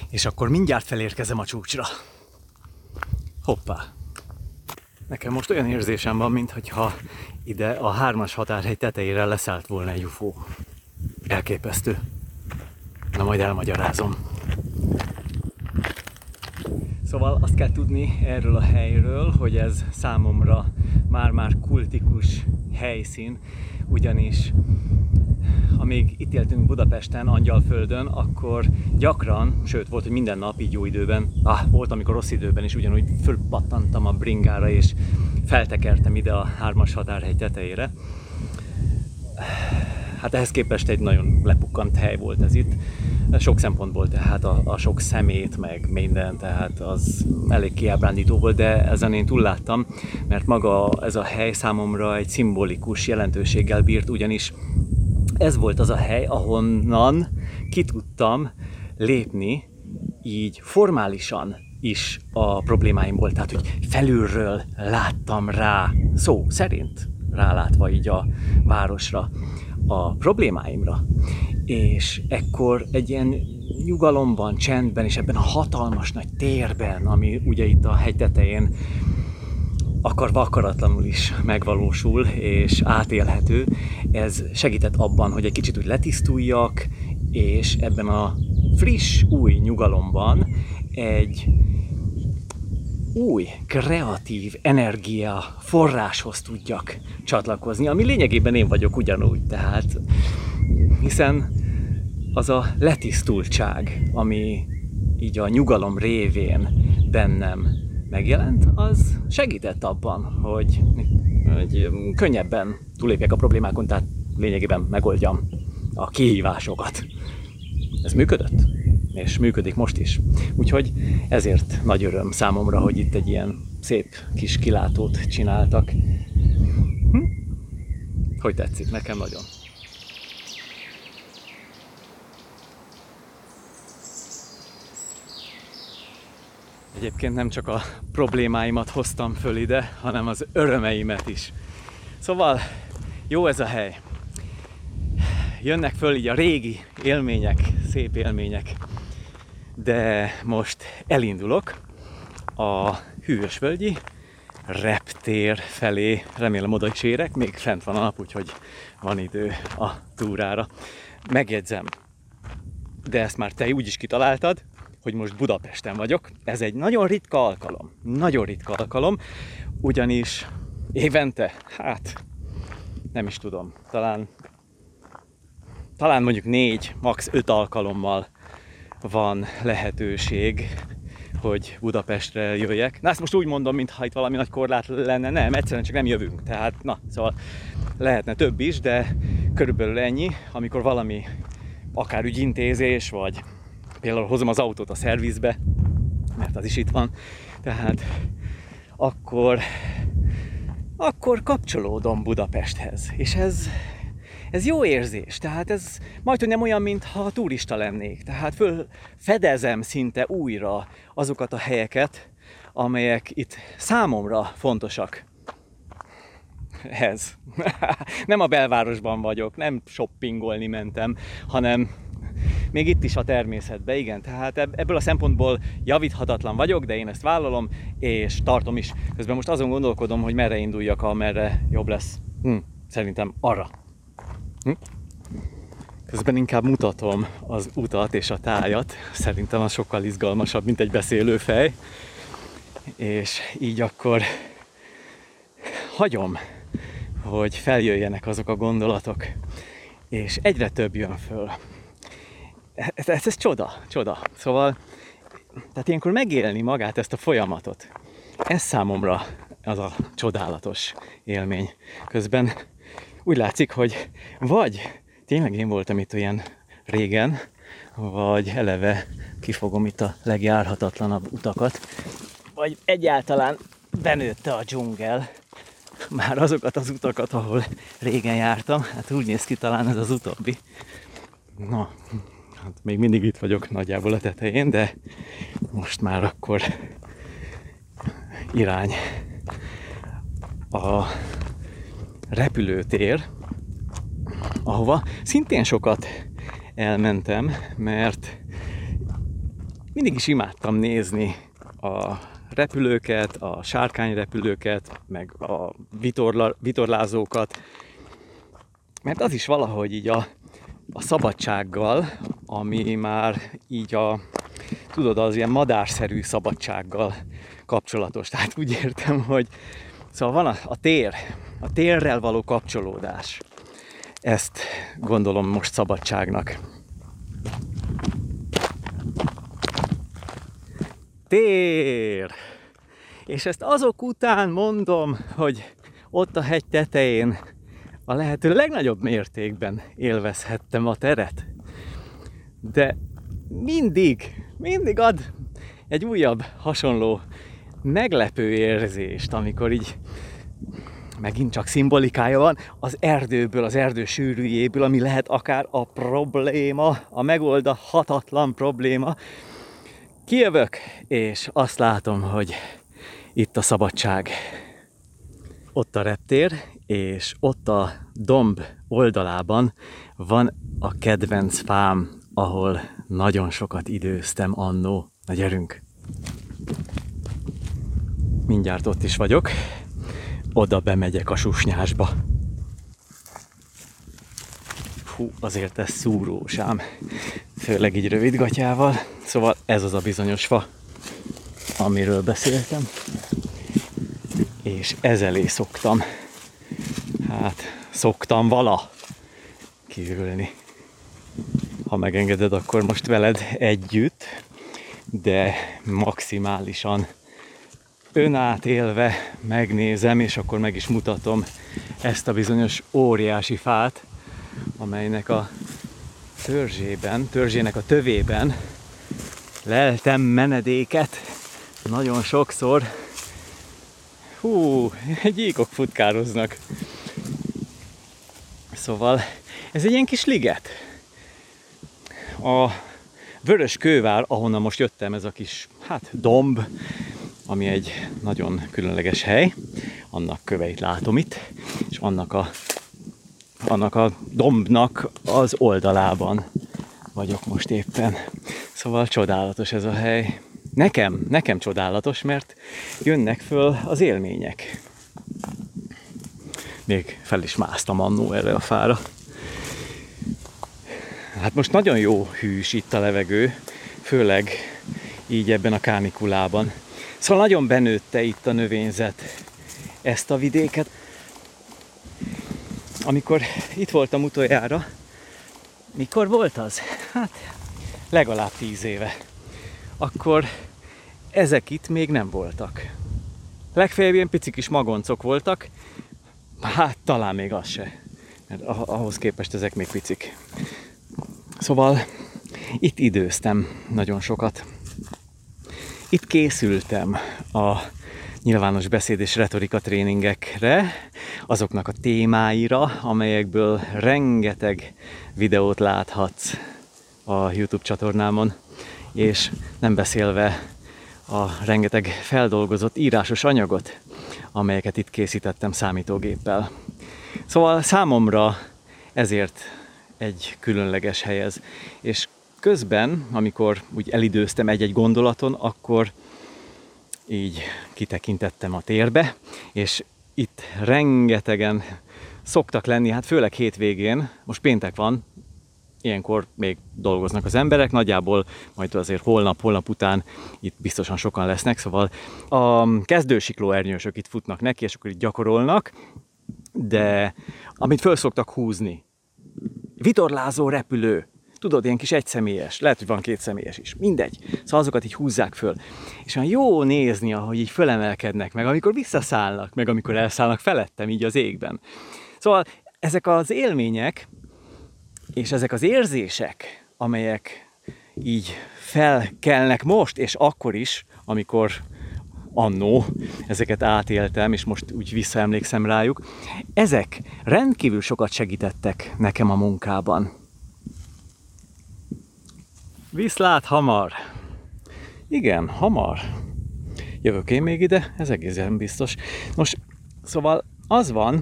És akkor mindjárt felérkezem a csúcsra. Hoppá! Nekem most olyan érzésem van, mintha ide a 3-as határhegy tetejére leszállt volna egy UFO. Elképesztő. Na majd elmagyarázom. Szóval azt kell tudni erről a helyről, hogy ez számomra már-már kultikus helyszín, ugyanis amíg itt éltünk Budapesten, Angyalföldön, akkor gyakran, sőt volt, hogy minden nap így jó időben, volt amikor rossz időben is ugyanúgy fölpattantam a bringára és feltekertem ide a 3-as határhegy tetejére. Hát ehhez képest egy nagyon lepukkant hely volt ez itt. Sok szempontból, tehát a sok szemét, meg minden, tehát az elég kiábrándító volt, de ezen én túlláttam, mert maga ez a hely számomra egy szimbolikus jelentőséggel bírt, ugyanis ez volt az a hely, ahonnan ki tudtam lépni így formálisan is a problémáimból, tehát hogy felülről láttam rá, szó szerint rálátva így a városra, a problémáimra. És ekkor egy ilyen nyugalomban, csendben és ebben a hatalmas nagy térben, ami ugye itt a hegy tetején akarva akaratlanul is megvalósul és átélhető, ez segített abban, hogy egy kicsit úgy letisztuljak, és ebben a friss, új nyugalomban egy új, kreatív energia forráshoz tudjak csatlakozni, ami lényegében én vagyok ugyanúgy, tehát hiszen az a letisztultság, ami így a nyugalom révén bennem megjelent, az segített abban, hogy könnyebben túlépjek a problémákon, tehát lényegében megoldjam a kihívásokat. Ez működött, és működik most is. Úgyhogy ezért nagy öröm számomra, hogy itt egy ilyen szép kis kilátót csináltak. Hogy tetszik? Nekem nagyon. Egyébként nem csak a problémáimat hoztam föl ide, hanem az örömeimet is. Szóval jó ez a hely. Jönnek föl így a régi élmények, szép élmények. De most elindulok a Hűvösvölgyi reptér felé. Remélem oda is érek, még fent van a nap, úgyhogy van idő a túrára. Megjegyzem, de ezt már te úgy is kitaláltad, hogy most Budapesten vagyok. Ez egy nagyon ritka alkalom, ugyanis évente, nem is tudom, talán mondjuk 4, max. 5 alkalommal van lehetőség, hogy Budapestre jöjjek. Na ezt most úgy mondom, mintha itt valami nagy korlát lenne, nem, egyszerűen csak nem jövünk. Tehát, szóval lehetne több is, de körülbelül ennyi, amikor valami akár ügyintézés, vagy például hozom az autót a szervizbe, mert az is itt van, tehát akkor kapcsolódom Budapesthez, és ez jó érzés, tehát ez majdhogy nem olyan, mintha turista lennék, tehát fedezem szinte újra azokat a helyeket, amelyek itt számomra fontosak. Ez. Nem a belvárosban vagyok, nem shoppingolni mentem, hanem még itt is a természetben, igen, tehát ebből a szempontból javíthatatlan vagyok, de én ezt vállalom, és tartom is. Közben most azon gondolkodom, hogy merre induljak, amerre jobb lesz. Szerintem arra. Közben inkább mutatom az utat és a tájat. Szerintem az sokkal izgalmasabb, mint egy beszélőfej. És így akkor hagyom, hogy feljöjjenek azok a gondolatok. És egyre több jön föl. Ez csoda. Szóval, tehát ilyenkor megélni magát, ezt a folyamatot, ez számomra az a csodálatos élmény. Közben úgy látszik, hogy vagy tényleg én voltam itt olyan régen, vagy eleve kifogom itt a legjárhatatlanabb utakat, vagy egyáltalán benőtte a dzsungel már azokat az utakat, ahol régen jártam. Hát úgy néz ki talán ez az utóbbi. Na, hát még mindig itt vagyok nagyjából a tetején, de most már akkor irány a repülőtér, ahova szintén sokat elmentem, mert mindig is imádtam nézni a repülőket, a sárkányrepülőket, meg a vitorlázókat, mert az is valahogy így a szabadsággal, ami már így tudod, az ilyen madárszerű szabadsággal kapcsolatos. Tehát úgy értem, hogy szóval van a térrel való kapcsolódás. Ezt gondolom most szabadságnak. Tér! És ezt azok után mondom, hogy ott a hegy tetején a lehető legnagyobb mértékben élvezhettem a teret. De mindig ad egy újabb, hasonló, meglepő érzést, amikor így megint csak szimbolikája van az erdőből, az erdő sűrűjéből, ami lehet akár a probléma, a megoldhatatlan probléma. Kijövök, és azt látom, hogy itt a szabadság. Ott a reptér, és ott a domb oldalában van a kedvenc fám, ahol nagyon sokat időztem annó. Na gyerünk! Mindjárt ott is vagyok. Oda bemegyek a susnyásba. Hú, azért ez szúrós ám. Főleg így rövidgatyával. Szóval ez az a bizonyos fa, amiről beszéltem. És ez elé szoktam. Szoktam vala kiülni. Ha megengeded, akkor most veled együtt, de maximálisan önátélve megnézem, és akkor meg is mutatom ezt a bizonyos óriási fát, amelynek a törzsének a tövében leltem menedéket nagyon sokszor. Hú, gyíkok futkároznak. Szóval ez egy ilyen kis liget. A Vörös Kővár, ahonnan most jöttem, ez a kis, domb, ami egy nagyon különleges hely. Annak köveit látom itt, és annak a dombnak az oldalában vagyok most éppen. Szóval csodálatos ez a hely. Nekem csodálatos, mert jönnek föl az élmények. Még fel is másztam annó erre a fára. Hát most nagyon jó hűs itt a levegő, főleg így ebben a kánikulában. Szóval nagyon benőtte itt a növényzet ezt a vidéket. Amikor itt voltam utoljára, mikor volt az? Legalább 10 éve. Akkor ezek itt még nem voltak. Legfeljebb ilyen pici kis magoncok voltak, talán még az se, mert ahhoz képest ezek még picik. Szóval itt időztem nagyon sokat. Itt készültem a nyilvános beszéd és retorika tréningekre, azoknak a témáira, amelyekből rengeteg videót láthatsz a YouTube csatornámon, és nem beszélve a rengeteg feldolgozott írásos anyagot, amelyeket itt készítettem számítógéppel. Szóval számomra ezért egy különleges hely ez. És közben, amikor úgy elidőztem egy-egy gondolaton, akkor így kitekintettem a térbe, és itt rengetegen szoktak lenni, főleg hétvégén, most péntek van, ilyenkor még dolgoznak az emberek, nagyjából majd azért holnap után itt biztosan sokan lesznek, szóval a kezdősiklóernyősök itt futnak neki, és akkor itt gyakorolnak, de amit föl szoktak húzni, vitorlázó repülő, tudod, ilyen kis egyszemélyes, lehet, hogy van 2 személyes is, mindegy, szóval azokat így húzzák föl. És olyan jó nézni, ahogy így fölemelkednek, meg amikor visszaszállnak, meg amikor elszállnak felettem így az égben. Szóval ezek az élmények, és ezek az érzések, amelyek így felkelnek most, és akkor is, amikor annó ezeket átéltem, és most úgy visszaemlékszem rájuk, ezek rendkívül sokat segítettek nekem a munkában. Viszlát hamar! Igen, hamar. Jövök én még ide, ez egészen biztos. Most, szóval az van,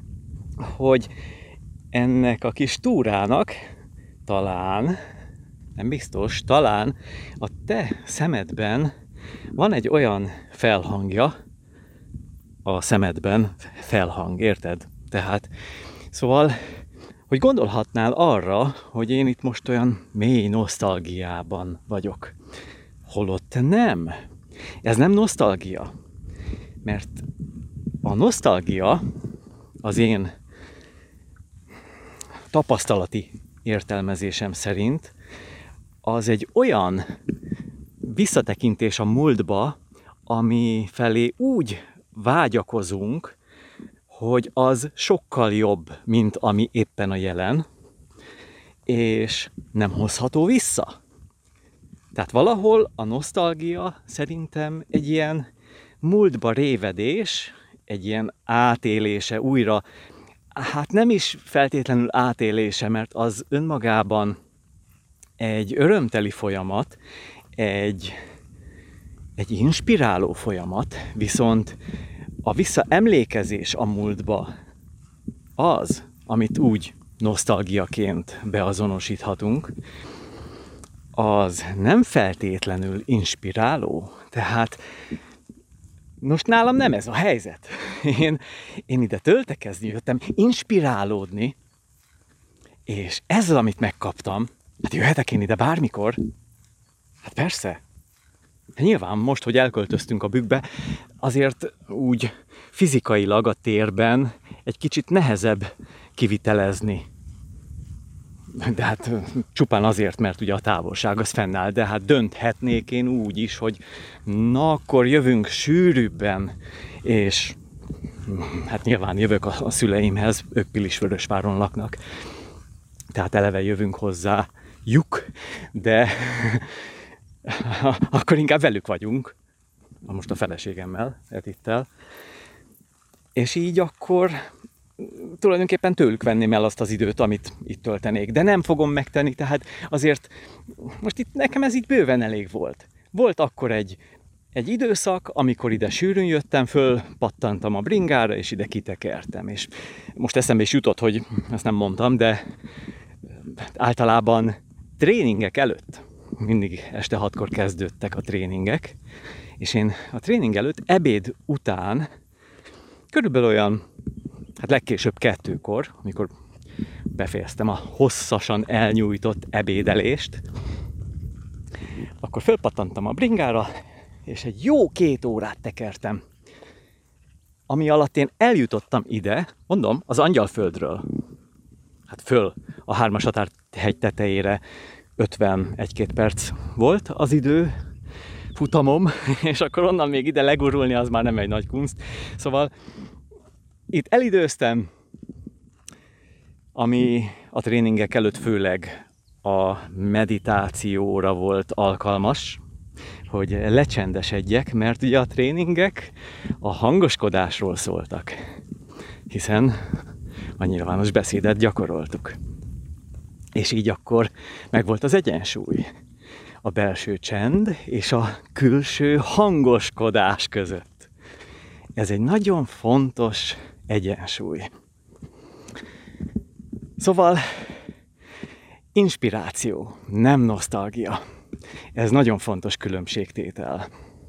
hogy ennek a kis túrának talán nem biztos, talán a te szemedben van egy olyan felhangja, a szemedben felhang, érted? Tehát, szóval, hogy gondolhatnál arra, hogy én itt most olyan mély nosztalgiában vagyok. Holott nem. Ez nem nosztalgia. Mert a nosztalgia az én tapasztalati értelmezésem szerint az egy olyan visszatekintés a múltba, ami felé úgy vágyakozunk, hogy az sokkal jobb, mint ami éppen a jelen, és nem hozható vissza. Tehát valahol a nosztalgia szerintem egy ilyen múltba révedés, egy ilyen átélése újra, hát nem is feltétlenül átélése, mert az önmagában egy örömteli folyamat, egy inspiráló folyamat, viszont a visszaemlékezés a múltba az, amit úgy nosztalgiaként beazonosíthatunk, az nem feltétlenül inspiráló. Tehát most nálam nem ez a helyzet. Én ide töltekezni jöttem, inspirálódni, és ezzel, amit megkaptam, hát jöhetek én ide bármikor? Hát persze. Nyilván most, hogy elköltöztünk a Bükkbe, azért úgy fizikailag a térben egy kicsit nehezebb kivitelezni. De hát csupán azért, mert ugye a távolság az fennáll, de hát dönthetnék én úgy is, hogy na akkor jövünk sűrűbben, és hát nyilván jövök a szüleimhez, ők Pilisvörösváron laknak, tehát eleve jövünk hozzá de akkor inkább velük vagyunk, most a feleségemmel, Edittel, és így akkor tulajdonképpen tőlük venném el azt az időt, amit itt töltenék, de nem fogom megtenni, tehát azért most itt nekem ez így bőven elég volt. Volt akkor egy időszak, amikor ide sűrűn jöttem, fölpattantam a bringára, és ide kitekertem, és most eszembe is jutott, hogy ezt nem mondtam, de általában tréningek előtt, mindig este 6-kor kezdődtek a tréningek, és én a tréning előtt, ebéd után, körülbelül olyan, hát legkésőbb 2-kor, amikor befejeztem a hosszasan elnyújtott ebédelést, akkor fölpattantam a bringára, és egy jó 2 órát tekertem, ami alatt én eljutottam ide, mondom, az Angyalföldről, hát föl a 3-as határhegy tetejére 51-2 perc volt az idő futamom, és akkor onnan még ide legurulni az már nem egy nagy kunst. Szóval itt elidőztem, ami a tréningek előtt főleg a meditációra volt alkalmas, hogy lecsendesedjek, mert ugye a tréningek a hangoskodásról szóltak, hiszen a nyilvános beszédet gyakoroltuk. És így akkor megvolt az egyensúly a belső csend és a külső hangoskodás között. Ez egy nagyon fontos egyensúly. Szóval inspiráció, nem nosztalgia. Ez nagyon fontos különbségtétel.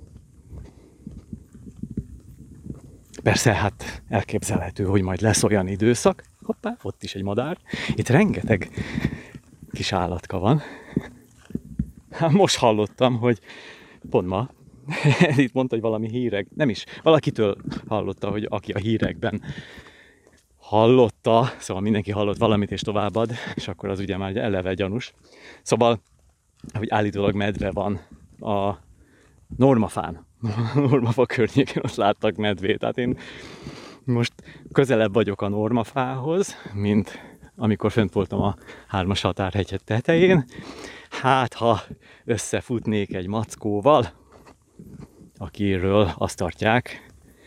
Persze, hát elképzelhető, hogy majd lesz olyan időszak, hoppá, ott is egy madár, itt rengeteg kis állatka van. Most hallottam, hogy pont ma, itt mondta, hogy valami hírek, nem is, valakitől hallotta, hogy aki a hírekben hallotta, szóval mindenki hallott valamit és továbbad, és akkor az ugye már eleve gyanús. Szóval, hogy állítólag medve van a Normafán, a Normafa környékén, ott láttak medvét. Tehát én most közelebb vagyok a Normafához, mint amikor fönt voltam a 3-as határhegy tetején. Hát, ha összefutnék egy mackóval, akiről azt tartják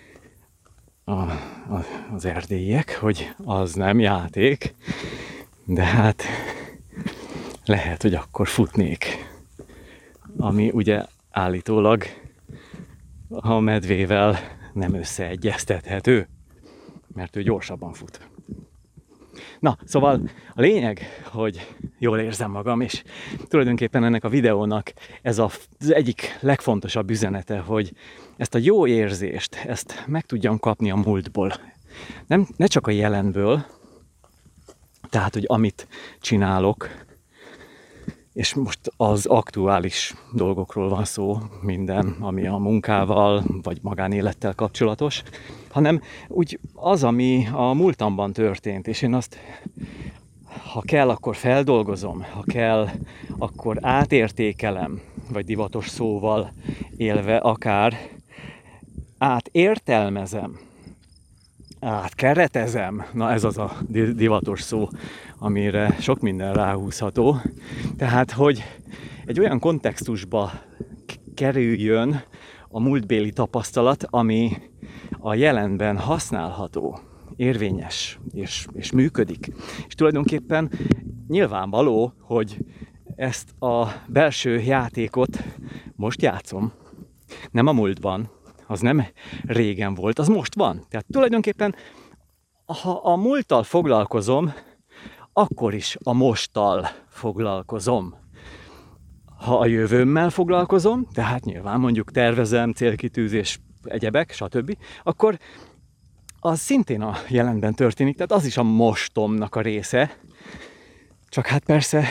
az erdélyiek, hogy az nem játék, de hát lehet, hogy akkor futnék. Ami ugye állítólag a medvével nem összeegyeztethető, mert ő gyorsabban fut. Na, szóval a lényeg, hogy jól érzem magam, és tulajdonképpen ennek a videónak ez az egyik legfontosabb üzenete, hogy ezt a jó érzést, ezt meg tudjam kapni a múltból. Ne csak a jelenből, tehát, hogy amit csinálok, és most az aktuális dolgokról van szó, minden, ami a munkával, vagy magánélettel kapcsolatos, hanem úgy az, ami a múltamban történt, és én azt, ha kell, akkor feldolgozom, ha kell, akkor átértékelem, vagy divatos szóval élve akár, átértelmezem, átkeretezem, na ez az a divatos szó, amire sok minden ráhúzható. Tehát, hogy egy olyan kontextusba kerüljön a múltbéli tapasztalat, ami a jelenben használható, érvényes és működik. És tulajdonképpen nyilvánvaló, hogy ezt a belső játékot most játszom. Nem a múltban, az nem régen volt, az most van. Tehát tulajdonképpen, ha a múlttal foglalkozom, akkor is a mosttal foglalkozom. Ha a jövőmmel foglalkozom, tehát nyilván mondjuk tervezem, célkitűzés, egyebek, stb., akkor az szintén a jelenben történik, tehát az is a mostomnak a része. Csak hát persze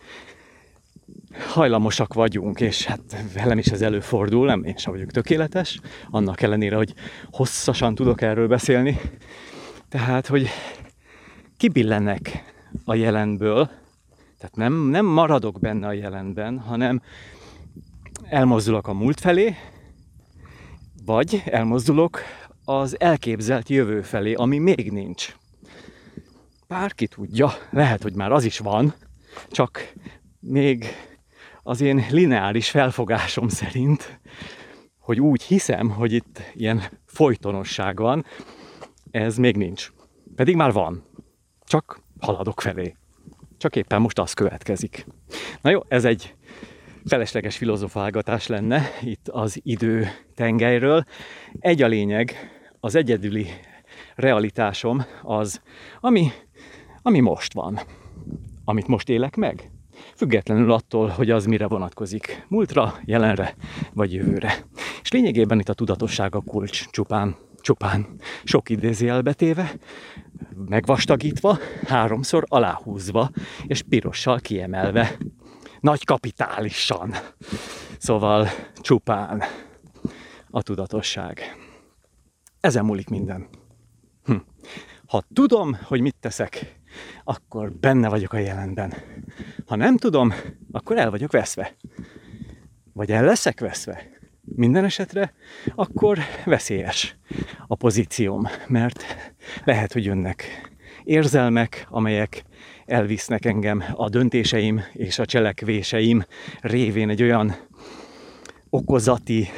hajlamosak vagyunk, és hát velem is ez előfordul, nem én sem vagyok tökéletes, annak ellenére, hogy hosszasan tudok erről beszélni. Tehát, hogy kibillennek a jelenből, tehát nem maradok benne a jelenben, hanem elmozdulok a múlt felé, vagy elmozdulok az elképzelt jövő felé, ami még nincs. Bárki tudja, lehet, hogy már az is van, csak még az én lineáris felfogásom szerint, hogy úgy hiszem, hogy itt ilyen folytonosság van, ez még nincs. Pedig már van. Csak haladok felé. Csak éppen most az következik. Na jó, ez egy felesleges filozofálgatás lenne itt az idő tengelyről. Egy a lényeg, az egyedüli realitásom az, ami most van. Amit most élek meg. Függetlenül attól, hogy az mire vonatkozik. Múltra, jelenre vagy jövőre. És lényegében itt a tudatosság a kulcs, csupán sok idézőjelbe téve, megvastagítva, 3-szor aláhúzva, és pirossal kiemelve. Nagy kapitálisan. Szóval csupán a tudatosság. Ezen múlik minden. Ha tudom, hogy mit teszek, akkor benne vagyok a jelenben. Ha nem tudom, akkor el vagyok veszve. Vagy el leszek veszve. Minden esetre akkor veszélyes a pozícióm, mert lehet, hogy jönnek érzelmek, amelyek elvisznek engem a döntéseim és a cselekvéseim révén egy olyan okozati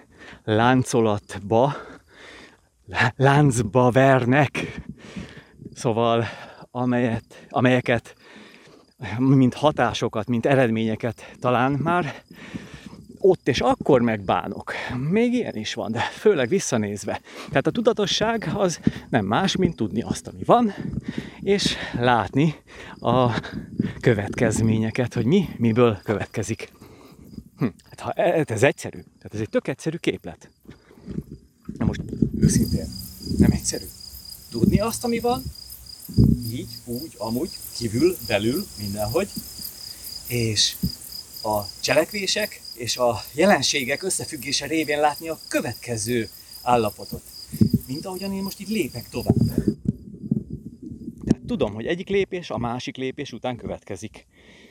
láncba vernek, szóval amelyeket, mint hatásokat, mint eredményeket talán már ott és akkor megbánok. Még ilyen is van, de főleg visszanézve. Tehát a tudatosság az nem más, mint tudni azt, ami van, és látni a következményeket, hogy miből következik. Hát ez egyszerű. Tehát ez egy tök egyszerű képlet. Na most őszintén, nem egyszerű. Tudni azt, ami van, így, úgy, amúgy, kívül, belül, mindenhogy, és a cselekvések és a jelenségek összefüggése révén látni a következő állapotot. Mint ahogyan én most így lépek tovább. Tehát tudom, hogy egyik lépés a másik lépés után következik.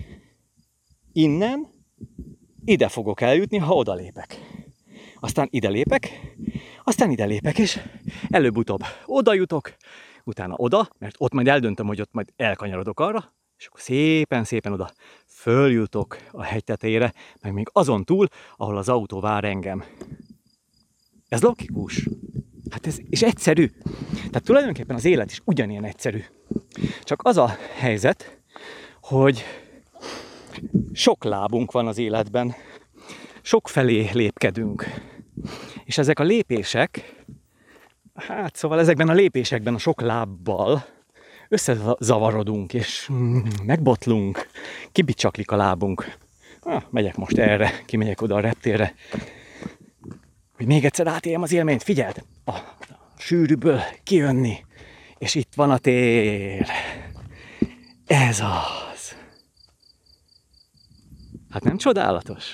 Innen ide fogok eljutni, ha oda lépek. Aztán ide lépek, aztán ide lépek, és előbb-utóbb oda jutok, utána oda, mert ott majd eldöntöm, hogy ott majd elkanyarodok arra, és akkor szépen oda följutok a hegy tetejére, meg még azon túl, ahol az autó vár engem. Ez logikus. Hát ez és egyszerű. Tehát tulajdonképpen az élet is ugyanilyen egyszerű. Csak az a helyzet, hogy sok lábunk van az életben, sok felé lépkedünk. És ezek a lépések, szóval ezekben a lépésekben a sok lábbal összezavarodunk, és megbotlunk, kibicsaklik a lábunk. Megyek most erre, kimegyek oda a reptérre, hogy még egyszer átéljem az élményt. Figyeld, a sűrűből kijönni, és itt van a tér. Ez az. Hát nem csodálatos?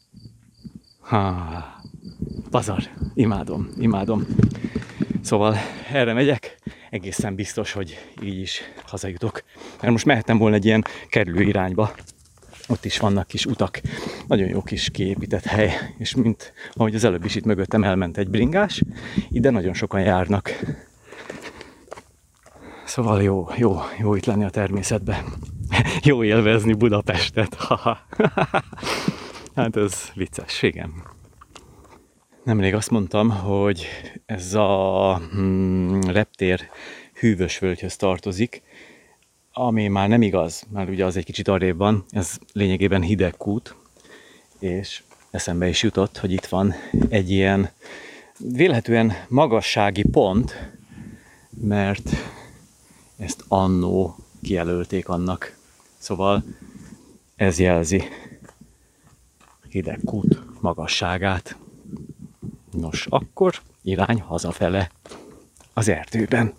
Pazar, imádom. Szóval erre megyek, egészen biztos, hogy így is hazajutok. Mert most mehettem volna egy ilyen kerülő irányba. Ott is vannak kis utak, nagyon jó kis kiépített hely, és mint ahogy az előbb is itt mögöttem elment egy bringás, ide nagyon sokan járnak. Szóval jó itt lenni a természetben. Jó élvezni Budapestet. Hát ez vicces, igen. Nemrég azt mondtam, hogy ez a reptér hűvös völgyhöz tartozik, ami már nem igaz, mert ugye az egy kicsit arrébb van, ez lényegében hideg kút, és eszembe is jutott, hogy itt van egy ilyen vélhetően magassági pont, mert ezt annó kijelölték annak. Szóval ez jelzi hideg kút magasságát. Nos, akkor irány hazafele az erdőben.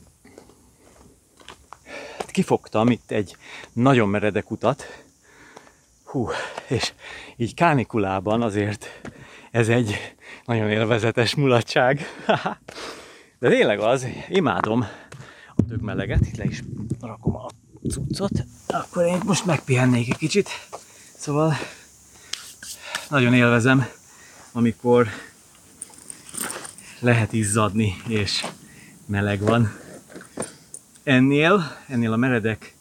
Kifogtam itt egy nagyon meredek utat, és így kánikulában azért ez egy nagyon élvezetes mulatság. De tényleg az, imádom a dögmeleget, itt le is rakom a cuccot, akkor én most megpihennék egy kicsit. Szóval nagyon élvezem, amikor lehet izzadni, és meleg van. Ennél a meredek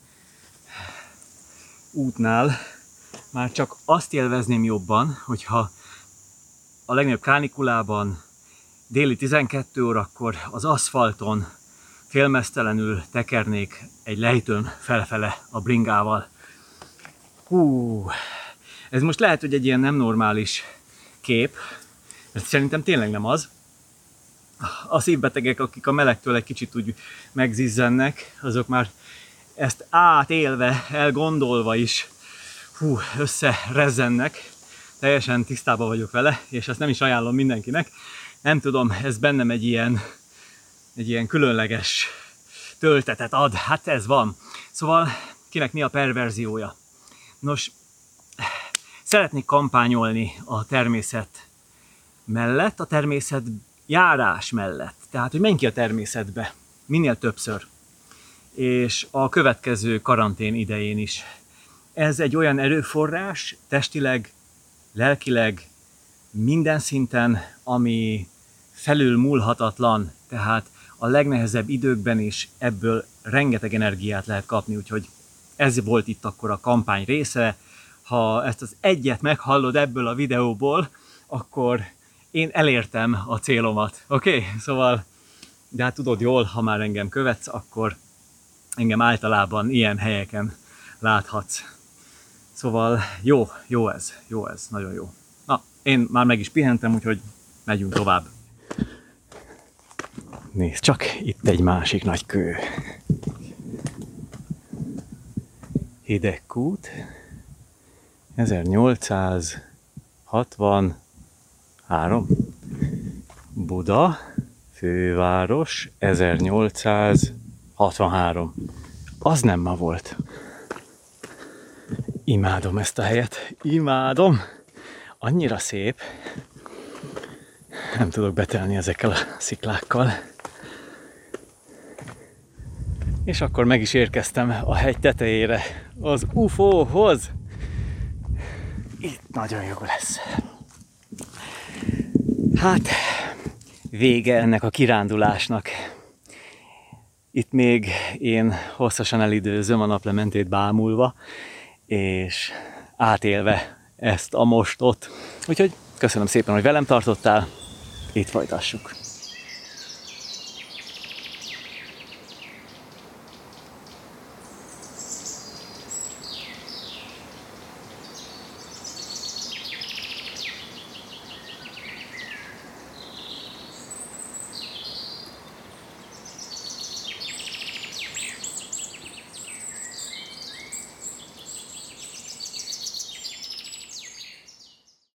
útnál már csak azt élvezném jobban, hogyha a legnagyobb kánikulában déli 12 órakor az aszfalton félmeztelenül tekernék egy lejtőn felfele a bringával. Ez most lehet, hogy egy ilyen nem normális kép, mert szerintem tényleg nem az. A szívbetegek, akik a melegtől egy kicsit úgy megzizzennek, azok már ezt átélve, elgondolva is összerezzennek. Teljesen tisztában vagyok vele, és ezt nem is ajánlom mindenkinek. Nem tudom, ez bennem egy ilyen különleges töltetet ad. Hát ez van. Szóval kinek mi a perverziója? Nos, szeretnék kampányolni a természet mellett, a természet járás mellett. Tehát, hogy menj ki a természetbe minél többször. És a következő karantén idején is. Ez egy olyan erőforrás, testileg, lelkileg, minden szinten, ami felülmúlhatatlan. Tehát a legnehezebb időkben is ebből rengeteg energiát lehet kapni, úgyhogy ez volt itt akkor a kampány része. Ha ezt az egyet meghallod ebből a videóból, akkor én elértem a célomat, oké? Szóval, de hát tudod jól, ha már engem követsz, akkor engem általában ilyen helyeken láthatsz. Szóval jó ez, nagyon jó. Na, én már meg is pihentem, úgyhogy megyünk tovább. Nézd csak, itt egy másik nagy kő. Hidegkút, 1863. Buda, főváros, 1863. Az nem ma volt. Imádom ezt a helyet, imádom. Annyira szép. Nem tudok betelni ezekkel a sziklákkal. És akkor meg is érkeztem a hegy tetejére, az UFO-hoz. Itt nagyon jó lesz. Hát, vége ennek a kirándulásnak. Itt még én hosszasan elidőzöm a naplementét bámulva, és átélve ezt a mostot. Úgyhogy köszönöm szépen, hogy velem tartottál, itt folytassuk.